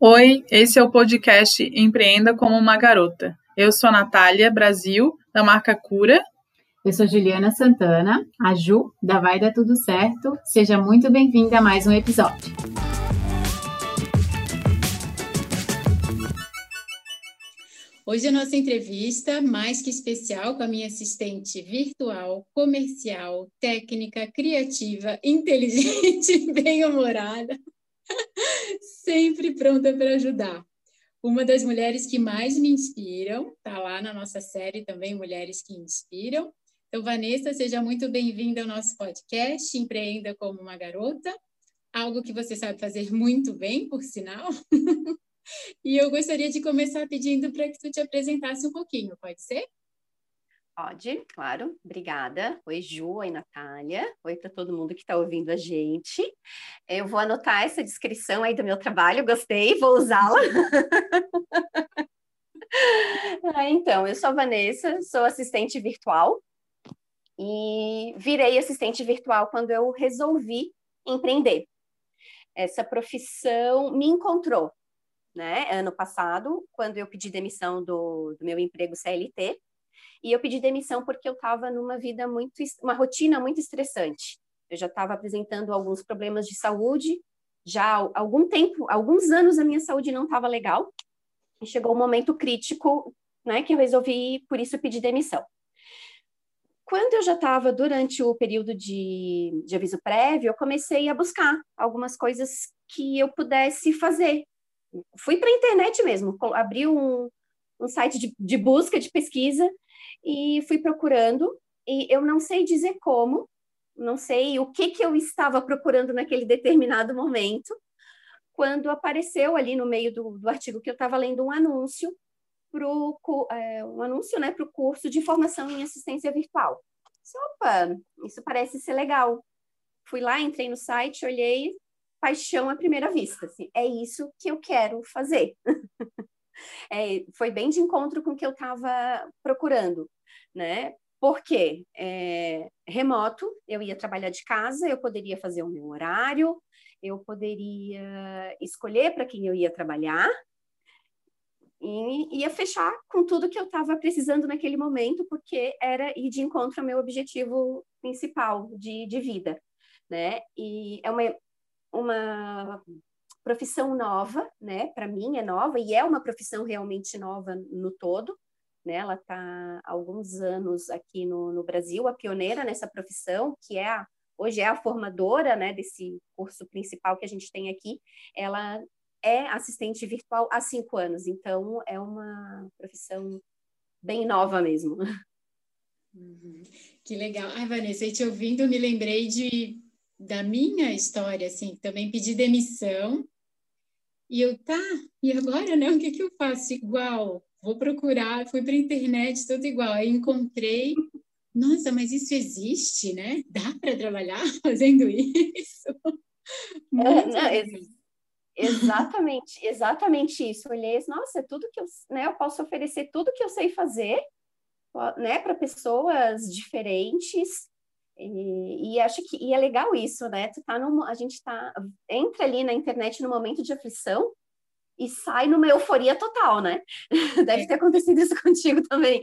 Oi, esse é o podcast Empreenda como uma Garota. Eu sou a Natália Brasil, da marca Cura. Eu sou Juliana Santana, a Ju, da Vai Dar Tudo Certo. Seja muito bem-vinda a mais um episódio. Hoje a nossa entrevista, mais que especial, com a minha assistente virtual, comercial, técnica, criativa, inteligente, bem-humorada, sempre pronta para ajudar. Uma das mulheres que mais me inspiram, está lá na nossa série também, Mulheres que Inspiram. Então, Vanessa, seja muito bem-vinda ao nosso podcast, Empreenda como uma Garota, algo que você sabe fazer muito bem, por sinal. E eu gostaria de começar pedindo para que tu te apresentasse um pouquinho, pode ser? Pode, claro. Obrigada. Oi, Ju. Oi, Natália. Oi para todo mundo que está ouvindo a gente. Eu vou anotar essa descrição aí do meu trabalho, gostei, vou usá-la. Então, eu sou a Vanessa, sou assistente virtual e virei assistente virtual quando eu resolvi empreender. Essa profissão me encontrou, né? Ano passado, quando eu pedi demissão do meu emprego CLT, e eu pedi demissão porque eu estava numa vida uma rotina muito estressante. Eu já estava apresentando alguns problemas de saúde, já há algum tempo, alguns anos a minha saúde não estava legal, e chegou um momento crítico, né, que eu resolvi, por isso, pedir demissão. Quando eu já estava durante o período de aviso prévio, eu comecei a buscar algumas coisas que eu pudesse fazer. Fui para a internet mesmo, abri um site de busca, de pesquisa, e fui procurando, e eu não sei dizer como, não sei o que eu estava procurando naquele determinado momento, quando apareceu ali no meio do artigo que eu estava lendo um anúncio para o curso de formação em assistência virtual. Opa, isso parece ser legal. Fui lá, entrei no site, olhei, paixão à primeira vista, assim, é isso que eu quero fazer. Foi bem de encontro com o que eu estava procurando, né? Porque remoto, eu ia trabalhar de casa, eu poderia fazer o meu horário, eu poderia escolher para quem eu ia trabalhar e ia fechar com tudo que eu estava precisando naquele momento, porque era ir de encontro ao meu objetivo principal de vida, né? E é uma profissão nova, né? Para mim é nova e é uma profissão realmente nova no todo, né? Ela está há alguns anos aqui no Brasil, a pioneira nessa profissão, que hoje é a formadora, né, desse curso principal que a gente tem aqui. Ela é assistente virtual há 5 anos, então é uma profissão bem nova mesmo. Que legal. Ai, Vanessa, te ouvindo, me lembrei da minha história, assim, também pedi demissão. E e agora, né? O que eu faço? Igual, vou procurar, fui para a internet, tudo igual. Aí encontrei, nossa, mas isso existe, né? Dá para trabalhar fazendo isso? Exatamente isso. Eu olhei, nossa, é tudo que eu posso oferecer tudo que eu sei fazer, né, para pessoas diferentes. E acho que é legal isso, né? A gente entra ali na internet no momento de aflição e sai numa euforia total, né? Deve ter acontecido isso contigo também.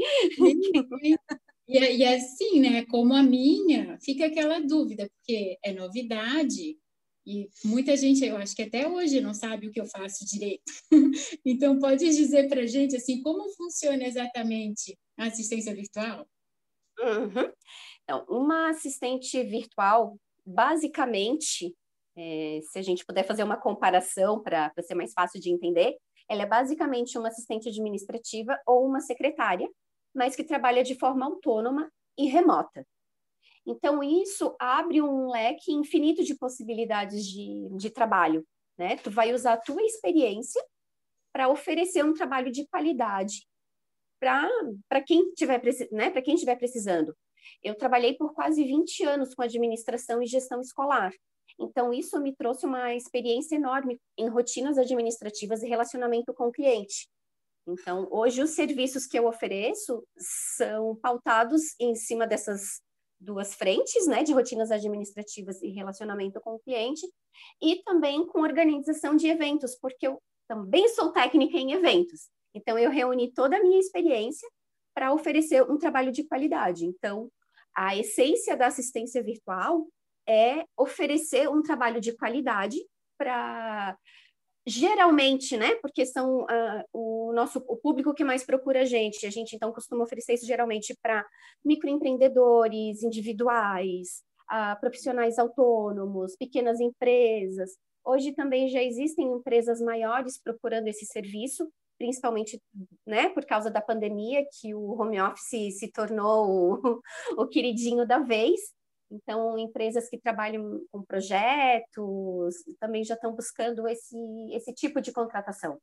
E assim, né? Como a minha, fica aquela dúvida, porque é novidade e muita gente, eu acho que até hoje não sabe o que eu faço direito. Então, pode dizer para a gente, assim, como funciona exatamente a assistência virtual? Uhum. Então, uma assistente virtual, basicamente, se a gente puder fazer uma comparação para ser mais fácil de entender, ela é basicamente uma assistente administrativa ou uma secretária, mas que trabalha de forma autônoma e remota. Então, isso abre um leque infinito de possibilidades de trabalho, né? Tu vai usar a tua experiência para oferecer um trabalho de qualidade para quem estiver, né? Para quem estiver precisando. Eu trabalhei por quase 20 anos com administração e gestão escolar. Então, isso me trouxe uma experiência enorme em rotinas administrativas e relacionamento com o cliente. Então, hoje, os serviços que eu ofereço são pautados em cima dessas duas frentes, né, de rotinas administrativas e relacionamento com o cliente, e também com organização de eventos, porque eu também sou técnica em eventos. Então, eu reuni toda a minha experiência para oferecer um trabalho de qualidade. Então, a essência da assistência virtual é oferecer um trabalho de qualidade para, geralmente, né, porque são o público que mais procura a gente então costuma oferecer isso geralmente para microempreendedores individuais, profissionais autônomos, pequenas empresas. Hoje também já existem empresas maiores procurando esse serviço, principalmente, né, por causa da pandemia, que o home office se tornou o queridinho da vez. Então, empresas que trabalham com projetos também já estão buscando esse tipo de contratação.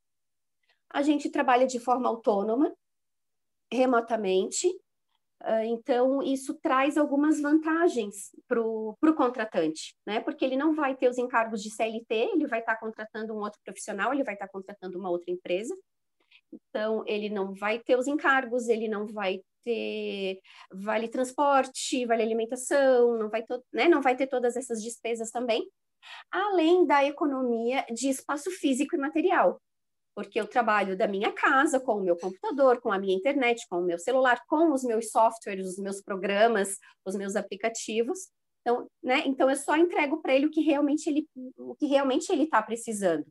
A gente trabalha de forma autônoma, remotamente, então isso traz algumas vantagens para o contratante, né? Porque ele não vai ter os encargos de CLT, ele vai estar contratando um outro profissional, ele vai estar contratando uma outra empresa. Então, ele não vai ter os encargos, ele não vai ter vale transporte, vale alimentação, não vai ter todas essas despesas também, além da economia de espaço físico e material, porque eu trabalho da minha casa, com o meu computador, com a minha internet, com o meu celular, com os meus softwares, os meus programas, os meus aplicativos. Então, né, então eu só entrego para ele o que realmente ele está precisando.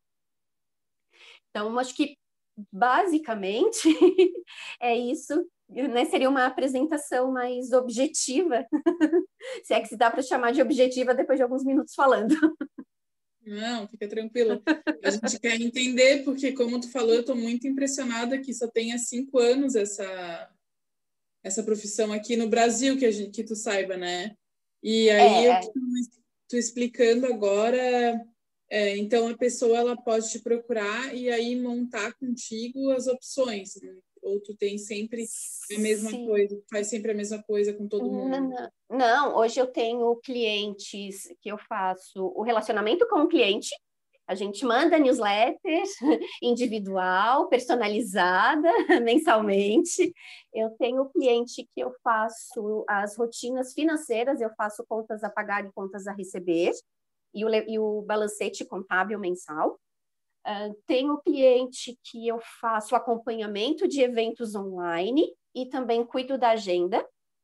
Então, acho que basicamente é isso, né? Seria uma apresentação mais objetiva, se é que se dá para chamar de objetiva depois de alguns minutos falando. Não, fica tranquila. A gente quer entender, porque como tu falou, eu estou muito impressionada que só tenha 5 anos essa profissão aqui no Brasil, que tu saiba, né? E aí, tu explicando agora, então a pessoa ela pode te procurar e aí montar contigo as opções, né? Ou tu tem sempre a mesma coisa, faz sempre a mesma coisa com todo mundo? Não, hoje eu tenho clientes que eu faço o relacionamento com o cliente, a gente manda newsletter individual, personalizada, mensalmente. Eu tenho cliente que eu faço as rotinas financeiras, eu faço contas a pagar e contas a receber, e o balancete contábil mensal. Tenho cliente que eu faço acompanhamento de eventos online e também cuido da agenda.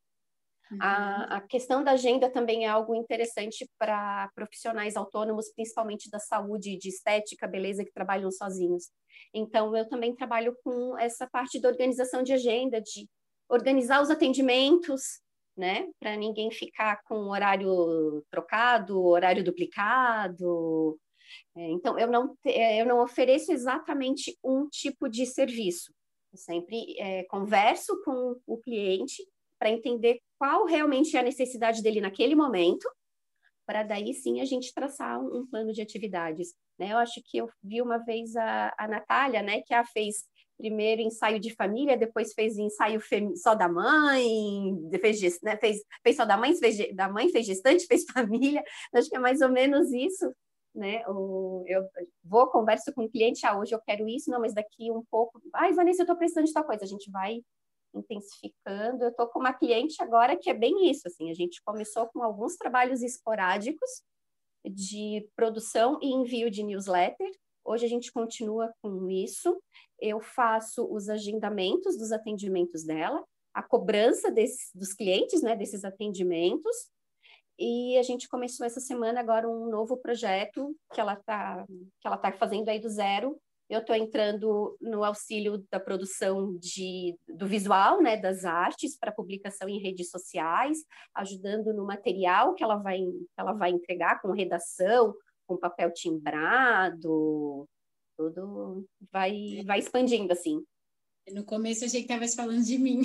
A questão da agenda também é algo interessante para profissionais autônomos, principalmente da saúde, de estética, beleza, que trabalham sozinhos. Então, eu também trabalho com essa parte da organização de agenda, de organizar os atendimentos, né, para ninguém ficar com horário trocado, horário duplicado. Então, eu não ofereço exatamente um tipo de serviço. Eu sempre converso com o cliente para entender qual realmente é a necessidade dele naquele momento, para daí sim a gente traçar um plano de atividades. Né? Eu acho que eu vi uma vez a Natália, né, que ela fez primeiro ensaio de família, depois fez ensaio só da mãe, fez só da mãe, fez gestante, fez família. Eu acho que é mais ou menos isso. Né? Eu converso com o cliente, hoje eu quero isso, não, mas daqui um pouco, Vanessa, eu estou precisando de tal coisa, a gente vai intensificando. Eu estou com uma cliente agora que é bem isso, assim, a gente começou com alguns trabalhos esporádicos de produção e envio de newsletter, hoje a gente continua com isso, eu faço os agendamentos dos atendimentos dela, a cobrança dos clientes, né, desses atendimentos. E a gente começou essa semana agora um novo projeto que ela tá fazendo aí do zero. Eu estou entrando no auxílio da produção do visual, né, das artes para publicação em redes sociais, ajudando no material que ela vai entregar com redação, com papel timbrado, tudo vai expandindo assim. No começo eu achei que estava falando de mim.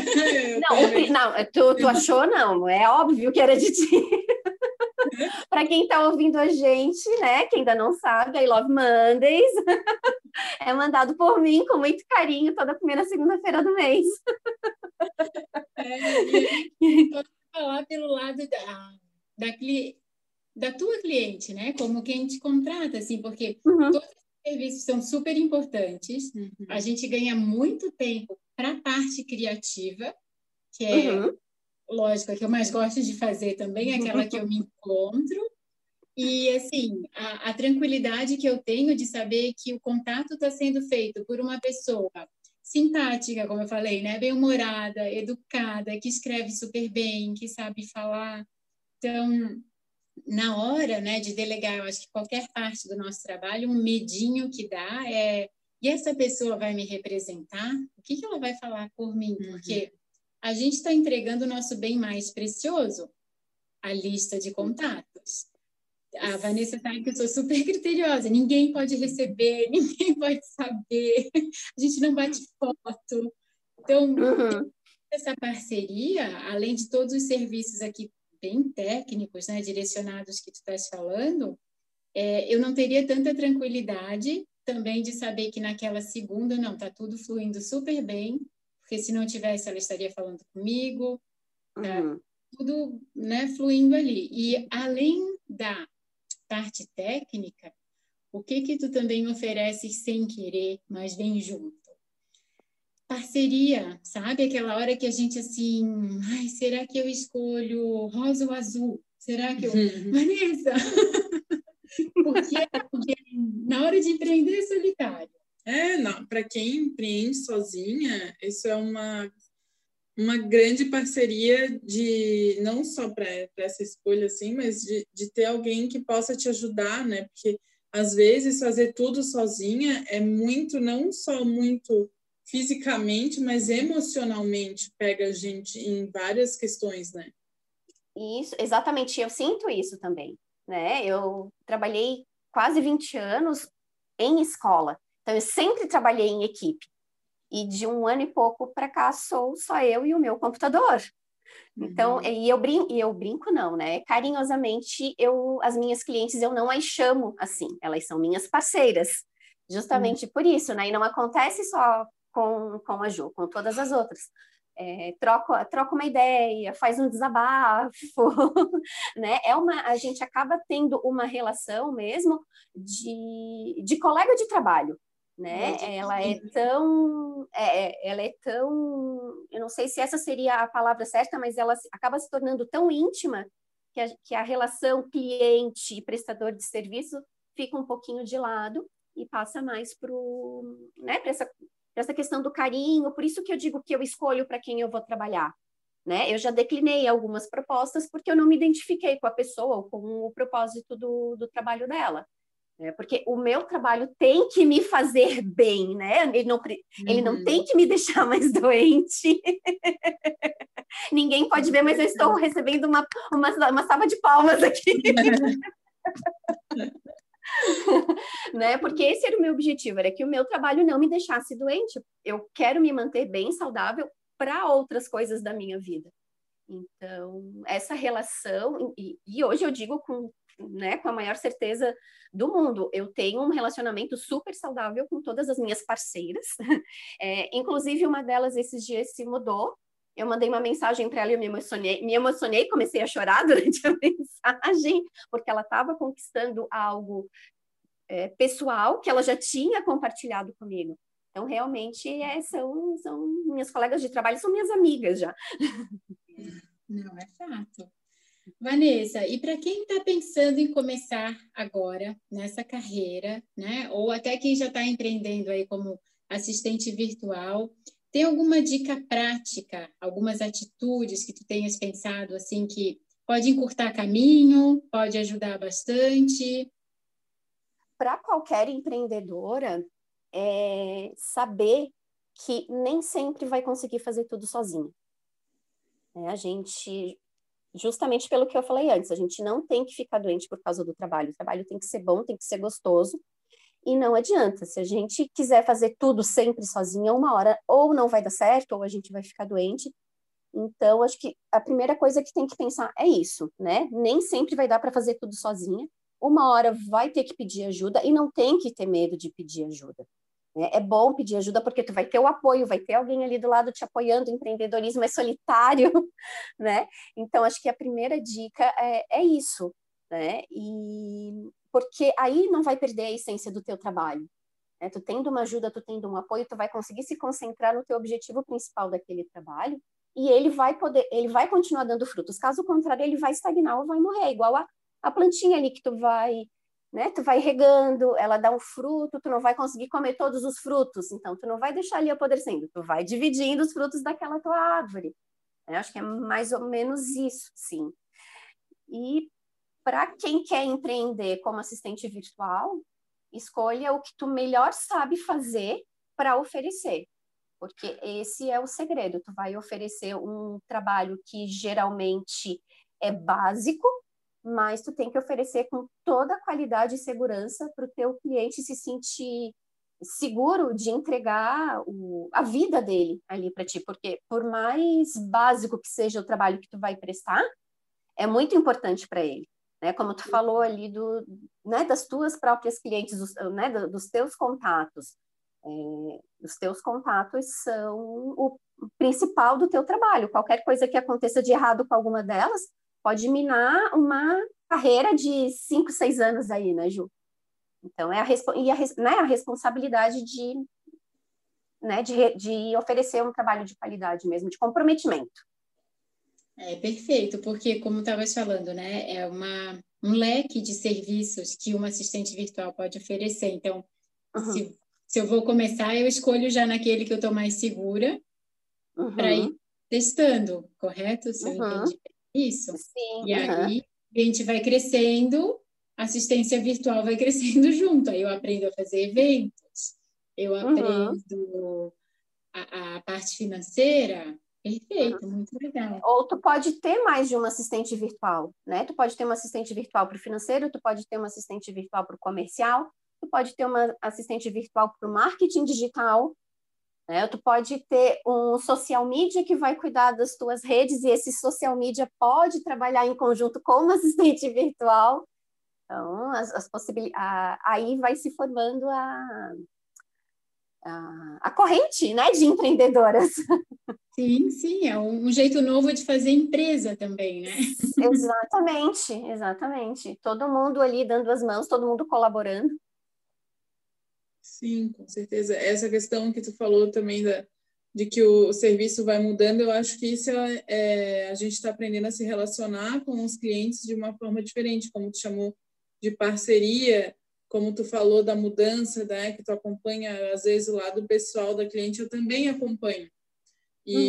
Não, tu achou não, é óbvio que era de ti. Para quem está ouvindo a gente, né, que ainda não sabe, I Love Mondays é mandado por mim com muito carinho toda primeira segunda-feira do mês. Pode falar pelo lado da tua cliente, né, como quem te contrata, assim, porque todos os serviços são super importantes, a gente ganha muito tempo para a parte criativa, que é, lógico, a que eu mais gosto de fazer também, aquela que eu me encontro, E, assim, a tranquilidade que eu tenho de saber que o contato está sendo feito por uma pessoa simpática, como eu falei, né? Bem-humorada, educada, que escreve super bem, que sabe falar. Então, na hora, né, de delegar, eu acho que qualquer parte do nosso trabalho, um medinho que dá é: e essa pessoa vai me representar? O que ela vai falar por mim? Porque a gente está entregando o nosso bem mais precioso, a lista de contatos. A Vanessa sabe que eu sou super criteriosa. Ninguém pode receber, ninguém pode saber. A gente não bate foto. Então, essa parceria, além de todos os serviços aqui bem técnicos, né, direcionados que tu estás falando, eu não teria tanta tranquilidade também de saber que naquela segunda, não, tá tudo fluindo super bem, porque se não tivesse, ela estaria falando comigo, tá tudo, né, fluindo ali. E além da parte técnica, o que tu também ofereces sem querer, mas vem junto? Parceria, sabe? Aquela hora que a gente assim, ai, será que eu escolho rosa ou azul? Será que eu... Vanessa! Porque na hora de empreender é solitário. Para quem empreende sozinha, isso é uma grande parceria de não só para essa escolha assim, mas de ter alguém que possa te ajudar, né? Porque às vezes fazer tudo sozinha é muito, não só muito fisicamente, mas emocionalmente pega a gente em várias questões, né? Isso, exatamente, eu sinto isso também, né? Eu trabalhei quase 20 anos em escola, então eu sempre trabalhei em equipe. E de 1 ano e pouco para cá sou só eu e o meu computador. Então, e eu brinco não, né? Carinhosamente, as minhas clientes eu não as chamo assim, elas são minhas parceiras, justamente por isso, né? E não acontece só com a Ju, com todas as outras. Troca uma ideia, faz um desabafo, né? A gente acaba tendo uma relação mesmo de colega de trabalho, né? Ela é tão, eu não sei se essa seria a palavra certa, mas ela acaba se tornando tão íntima que a relação cliente e prestador de serviço fica um pouquinho de lado e passa mais para essa questão do carinho. Por isso que eu digo que eu escolho para quem eu vou trabalhar, né? Eu já declinei algumas propostas porque eu não me identifiquei com a pessoa ou com o propósito do trabalho dela. Porque o meu trabalho tem que me fazer bem, né? Ele não tem que me deixar mais doente. Ninguém pode ver, mas eu estou recebendo uma salva de palmas aqui. Né? Porque esse era o meu objetivo, era que o meu trabalho não me deixasse doente. Eu quero me manter bem saudável para outras coisas da minha vida. Então, essa relação, e hoje eu digo com a maior certeza do mundo, eu tenho um relacionamento super saudável com todas as minhas parceiras. Inclusive, uma delas esses dias se mudou. Eu mandei uma mensagem para ela e eu me emocionei, comecei a chorar durante a mensagem, porque ela estava conquistando algo pessoal que ela já tinha compartilhado comigo. Então, realmente, são minhas colegas de trabalho, são minhas amigas já. Não, é fato. Vanessa, e para quem está pensando em começar agora nessa carreira, né? Ou até quem já está empreendendo aí como assistente virtual, tem alguma dica prática, algumas atitudes que tu tenhas pensado assim que pode encurtar caminho, pode ajudar bastante? Para qualquer empreendedora, saber que nem sempre vai conseguir fazer tudo sozinha. A gente, justamente pelo que eu falei antes, a gente não tem que ficar doente por causa do trabalho. O trabalho tem que ser bom, tem que ser gostoso. E não adianta, se a gente quiser fazer tudo sempre sozinha, uma hora ou não vai dar certo, ou a gente vai ficar doente. Então, acho que a primeira coisa que tem que pensar é isso, né? Nem sempre vai dar para fazer tudo sozinha. Uma hora vai ter que pedir ajuda e não tem que ter medo de pedir ajuda. É bom pedir ajuda porque tu vai ter o apoio, vai ter alguém ali do lado te apoiando. O empreendedorismo é solitário, né? Então, acho que a primeira dica é isso, né? Porque aí não vai perder a essência do teu trabalho. Né? Tu tendo uma ajuda, tu tendo um apoio, tu vai conseguir se concentrar no teu objetivo principal daquele trabalho e ele vai continuar dando frutos. Caso contrário, ele vai estagnar ou vai morrer, igual A plantinha ali que tu vai regando, ela dá um fruto, tu não vai conseguir comer todos os frutos, então tu não vai deixar ali apodrecendo, tu vai dividindo os frutos daquela tua árvore. Eu acho que é mais ou menos isso, sim. E para quem quer empreender como assistente virtual, escolha o que tu melhor sabe fazer para oferecer, porque esse é o segredo. Tu vai oferecer um trabalho que geralmente é básico, mas tu tem que oferecer com toda a qualidade e segurança para o teu cliente se sentir seguro de entregar a vida dele ali para ti, porque por mais básico que seja o trabalho que tu vai prestar, é muito importante para ele. Né? Como tu falou ali das tuas próprias clientes, dos teus contatos. Os teus contatos são o principal do teu trabalho. Qualquer coisa que aconteça de errado com alguma delas pode minar uma carreira de 5, 6 anos aí, né, Ju? Então, a responsabilidade de oferecer um trabalho de qualidade mesmo, de comprometimento. Perfeito, porque, como estavas falando, né, é um leque de serviços que uma assistente virtual pode oferecer. Então, se eu vou começar, eu escolho já naquele que eu estou mais segura para ir testando, correto? Se eu entendi isso. Sim. E aí, a gente vai crescendo, a assistência virtual vai crescendo junto. Aí eu aprendo a fazer eventos, eu aprendo a parte financeira. Perfeito, muito legal. Ou tu pode ter mais de uma assistente virtual, né? Tu pode ter uma assistente virtual para o financeiro, tu pode ter uma assistente virtual para o comercial, tu pode ter uma assistente virtual para o marketing digital, né? Tu pode ter um social media que vai cuidar das tuas redes e esse social media pode trabalhar em conjunto com uma assistente virtual. Então, as possibilidades, aí vai se formando a corrente, né, de empreendedoras. Sim, é um jeito novo de fazer empresa também, né? Exatamente. Todo mundo ali dando as mãos, todo mundo colaborando. Sim, com certeza. Essa questão que tu falou também de que o serviço vai mudando, eu acho que isso a gente está aprendendo a se relacionar com os clientes de uma forma diferente, como tu chamou de parceria, como tu falou da mudança, né, que tu acompanha, às vezes, o lado pessoal da cliente, eu também acompanho. E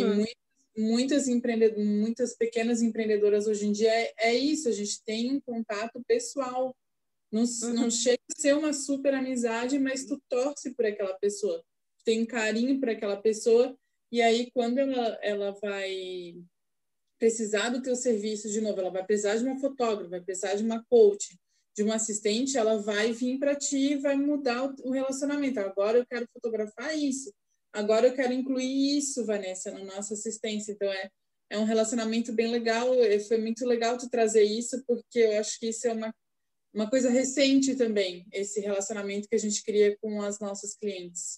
muitas pequenas empreendedoras hoje em dia é isso, a gente tem um contato pessoal. Não chega a ser uma super amizade, mas tu torce por aquela pessoa, tu tem um carinho por aquela pessoa, e aí quando ela vai precisar do teu serviço de novo, ela vai precisar de uma fotógrafa, vai precisar de uma coach, de uma assistente, ela vai vir para ti e vai mudar o relacionamento. Agora eu quero fotografar isso, agora eu quero incluir isso, Vanessa, na nossa assistência. Então é um relacionamento bem legal, foi muito legal tu trazer isso, porque eu acho que isso é uma coisa recente também, esse relacionamento que a gente cria com as nossas clientes.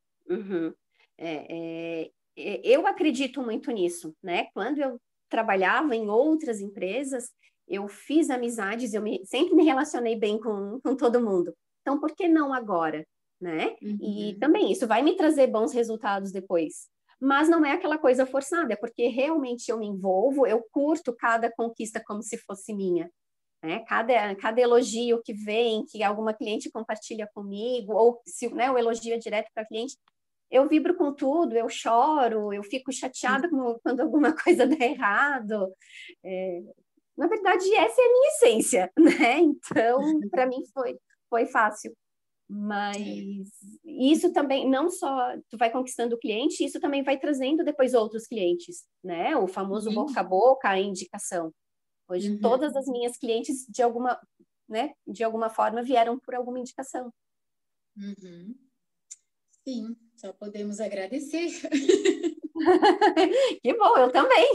Eu acredito muito nisso, né? Quando eu trabalhava em outras empresas, eu fiz amizades, sempre me relacionei bem com todo mundo. Então, por que não agora, né? E também isso vai me trazer bons resultados depois. Mas não é aquela coisa forçada, é porque realmente eu me envolvo, eu curto cada conquista como se fosse minha. Né? Cada elogio que vem, que alguma cliente compartilha comigo, ou se o elogio é direto para a cliente, eu vibro com tudo, eu choro, eu fico chateada quando alguma coisa dá errado. Na verdade, essa é a minha essência, né? Então, para mim foi fácil. Mas isso também, não só tu vai conquistando o cliente, isso também vai trazendo depois outros clientes, né? O famoso boca a boca, a indicação. Hoje, todas as minhas clientes, de alguma forma, vieram por alguma indicação. Sim, só podemos agradecer. Que bom, eu também.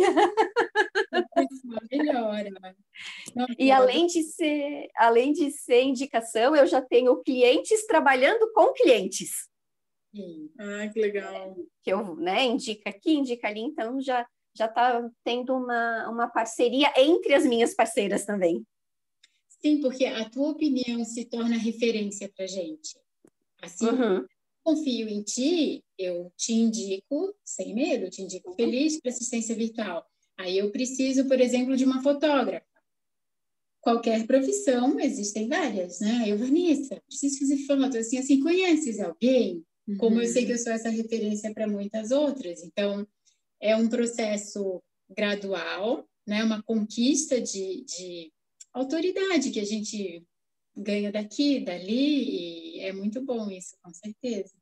Melhora. E além de ser indicação, eu já tenho clientes trabalhando com clientes. Sim. Ah, que legal. Que eu, indica aqui, indica ali, então já está tendo uma parceria entre as minhas parceiras também. Sim, porque a tua opinião se torna referência para a gente. Assim, confio em ti, eu te indico sem medo, te indico feliz para assistência virtual. Aí eu preciso, por exemplo, de uma fotógrafa. qualquer profissão, existem várias, né? Eu, Vanessa, preciso fazer foto, assim, conheces alguém? Como eu sei que eu sou essa referência para muitas outras. Então, é um processo gradual, né? Uma conquista de autoridade que a gente ganha daqui, dali, e é muito bom isso, com certeza.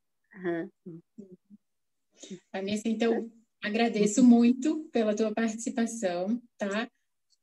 Vanessa, então, agradeço muito pela tua participação, tá?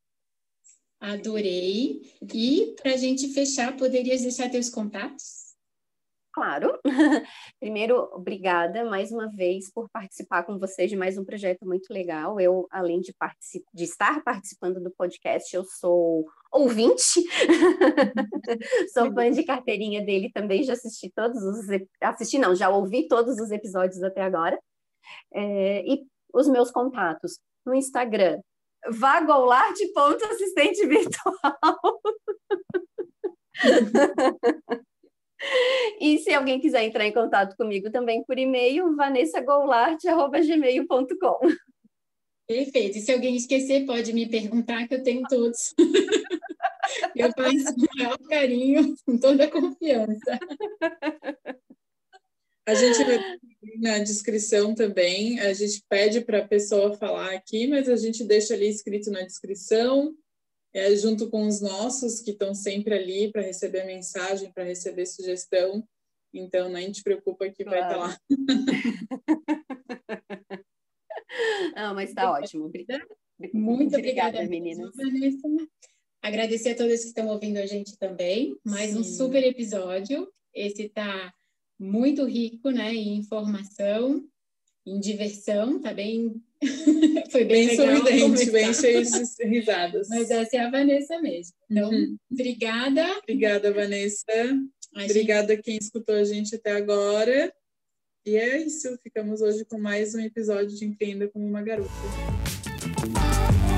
Adorei. E para a gente fechar, poderias deixar teus contatos? Claro. Primeiro, obrigada mais uma vez por participar com vocês de mais um projeto muito legal. Eu, além de estar participando do podcast, eu sou ouvinte, sou fã de carteirinha dele também, já já ouvi todos os episódios até agora. E os meus contatos no Instagram, vagoulart.assistente virtual. E se alguém quiser entrar em contato comigo também por e-mail, vanessagoulart@gmail.com. Perfeito. E se alguém esquecer, pode me perguntar, que eu tenho todos. Eu faço com o maior carinho, com toda a confiança. A gente vai na descrição também, a gente pede para a pessoa falar aqui, mas a gente deixa ali escrito na descrição, junto com os nossos que estão sempre ali para receber mensagem, para receber sugestão. Então, nem te preocupa que vai estar lá. Não, mas está ótimo. Muito obrigada, meninas. Agradecer a todos que estão ouvindo a gente também. Mais um super episódio. Esse está muito rico, né, em informação, em diversão, tá bem... Foi bem sorridente, bem cheio de risadas. Mas essa é a Vanessa mesmo. Então, obrigada. Obrigada, Vanessa. Obrigada a quem escutou a gente até agora. E é isso, ficamos hoje com mais um episódio de Empreenda como uma Garota.